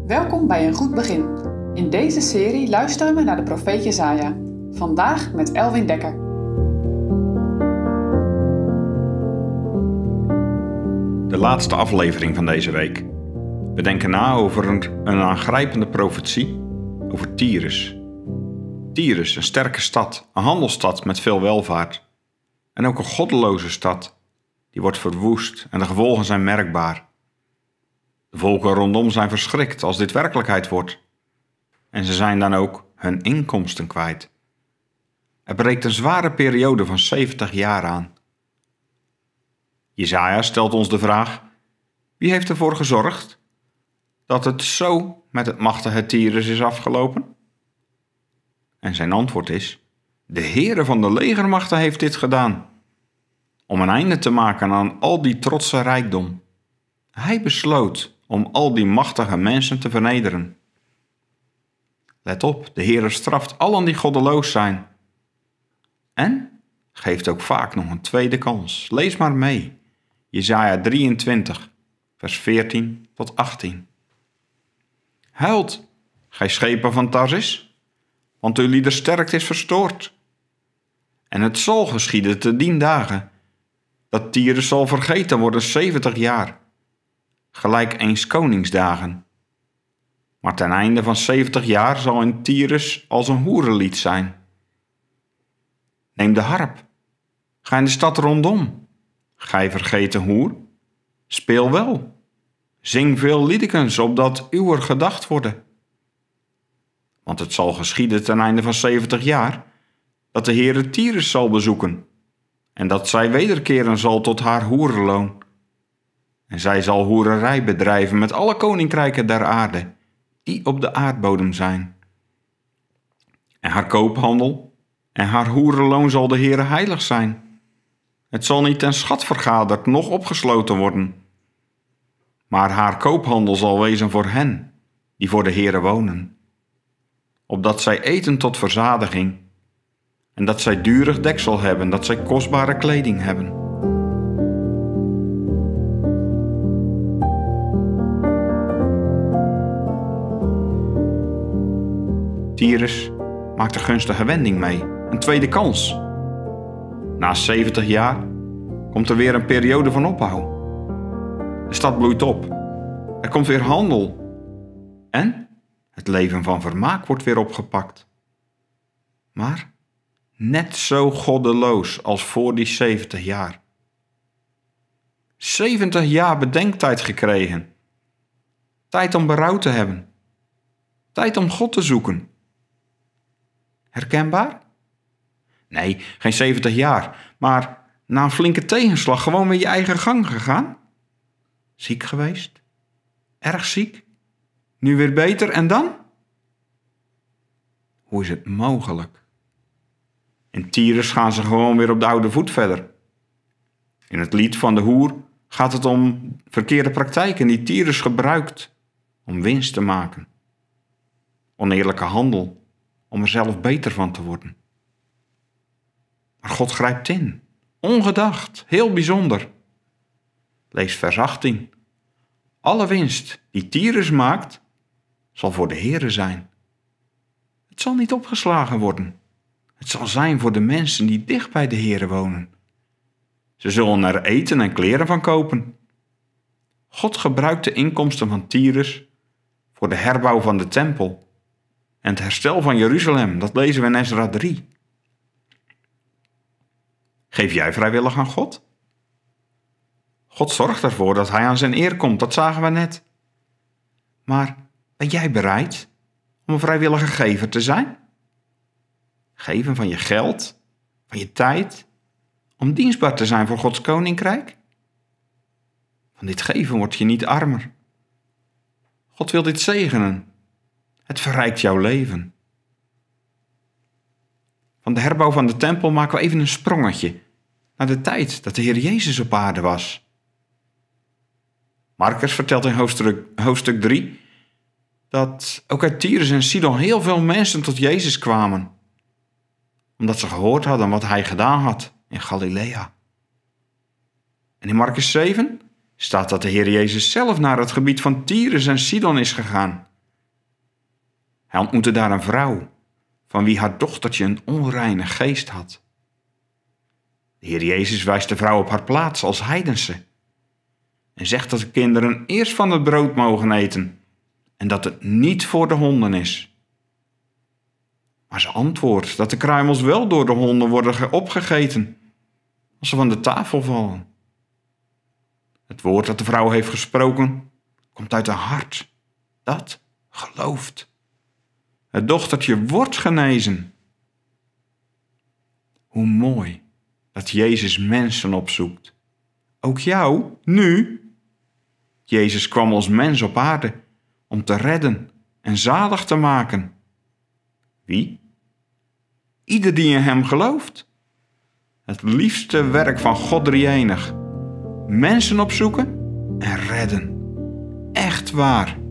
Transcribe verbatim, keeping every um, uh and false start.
Welkom bij Een Goed Begin. In deze serie luisteren we naar de profeet Jesaja. Vandaag met Elwin Dekker. De laatste aflevering van deze week. We denken na over een, een aangrijpende profetie over Tyrus. Tyrus, een sterke stad, een handelsstad met veel welvaart. En ook een goddeloze stad. Die wordt verwoest en de gevolgen zijn merkbaar. De volken rondom zijn verschrikt als dit werkelijkheid wordt. En ze zijn dan ook hun inkomsten kwijt. Er breekt een zware periode van zeventig jaar aan. Jesaja stelt ons de vraag: wie heeft ervoor gezorgd dat het zo met het machtige Tyrus is afgelopen? En zijn antwoord is: de Heere van de legermachten heeft dit gedaan, om een einde te maken aan al die trotse rijkdom. Hij besloot om al die machtige mensen te vernederen. Let op, de Heere straft allen die goddeloos zijn. En geeft ook vaak nog een tweede kans. Lees maar mee. Jesaja drieëntwintig, vers veertien tot achttien. Huilt, gij schepen van Tarsis, want uw liedersterkte is verstoord. En het zal geschieden te dien dagen, dat Tyrus zal vergeten worden zeventig jaar, gelijk eens koningsdagen. Maar ten einde van zeventig jaar zal in Tyrus als een hoerenlied zijn. Neem de harp, ga in de stad rondom, gij vergeten hoer, speel wel, zing veel liedekens, opdat uwer gedacht worden. Want het zal geschieden ten einde van zeventig jaar, dat de Heere Tyrus zal bezoeken, en dat zij wederkeren zal tot haar hoerenloon. En zij zal hoererij bedrijven met alle koninkrijken der aarde, die op de aardbodem zijn. En haar koophandel en haar hoerenloon zal de Heere heilig zijn. Het zal niet ten schat vergaderd, noch opgesloten worden. Maar haar koophandel zal wezen voor hen, die voor de Heere wonen. Opdat zij eten tot verzadiging, en dat zij durig deksel hebben, dat zij kostbare kleding hebben. Tyrus maakt een gunstige wending mee, een tweede kans. Na zeventig jaar komt er weer een periode van opbouw. De stad bloeit op, er komt weer handel en het leven van vermaak wordt weer opgepakt. Maar net zo goddeloos als voor die zeventig jaar. zeventig jaar bedenktijd gekregen. Tijd om berouw te hebben. Tijd om God te zoeken. Herkenbaar? Nee, geen zeventig jaar, maar na een flinke tegenslag gewoon weer je eigen gang gegaan? Ziek geweest? Erg ziek? Nu weer beter en dan? Hoe is het mogelijk? In Tyrus gaan ze gewoon weer op de oude voet verder. In het lied van de hoer gaat het om verkeerde praktijken die Tyrus gebruikt om winst te maken. Oneerlijke handel om er zelf beter van te worden. Maar God grijpt in, ongedacht, heel bijzonder. Lees vers achttien. Alle winst die Tyrus maakt, zal voor de Heere zijn. Het zal niet opgeslagen worden. Het zal zijn voor de mensen die dicht bij de Heere wonen. Ze zullen er eten en kleren van kopen. God gebruikt de inkomsten van Tyrus voor de herbouw van de tempel en het herstel van Jeruzalem. Dat lezen we in Ezra drie. Geef jij vrijwillig aan God? God zorgt ervoor dat hij aan zijn eer komt, dat zagen we net. Maar ben jij bereid om een vrijwillige gever te zijn? Geven van je geld, van je tijd, om dienstbaar te zijn voor Gods koninkrijk? Van dit geven word je niet armer. God wil dit zegenen. Het verrijkt jouw leven. Van de herbouw van de tempel maken we even een sprongetje naar de tijd dat de Heer Jezus op aarde was. Marcus vertelt in hoofdstuk, hoofdstuk drie dat ook uit Tyrus en Sidon heel veel mensen tot Jezus kwamen, omdat ze gehoord hadden wat hij gedaan had in Galilea. En in Marcus zeven staat dat de Heer Jezus zelf naar het gebied van Tyrus en Sidon is gegaan Hij ontmoette daar een vrouw, van wie haar dochtertje een onreine geest had. De Heer Jezus wijst de vrouw op haar plaats als heidense en zegt dat de kinderen eerst van het brood mogen eten en dat het niet voor de honden is. Maar ze antwoordt dat de kruimels wel door de honden worden opgegeten als ze van de tafel vallen. Het woord dat de vrouw heeft gesproken komt uit haar hart. Dat gelooft. Het dochtertje wordt genezen. Hoe mooi dat Jezus mensen opzoekt. Ook jou, nu. Jezus kwam als mens op aarde om te redden en zalig te maken. Wie? Ieder die in hem gelooft. Het liefste werk van God drie-enig. Mensen opzoeken en redden. Echt waar.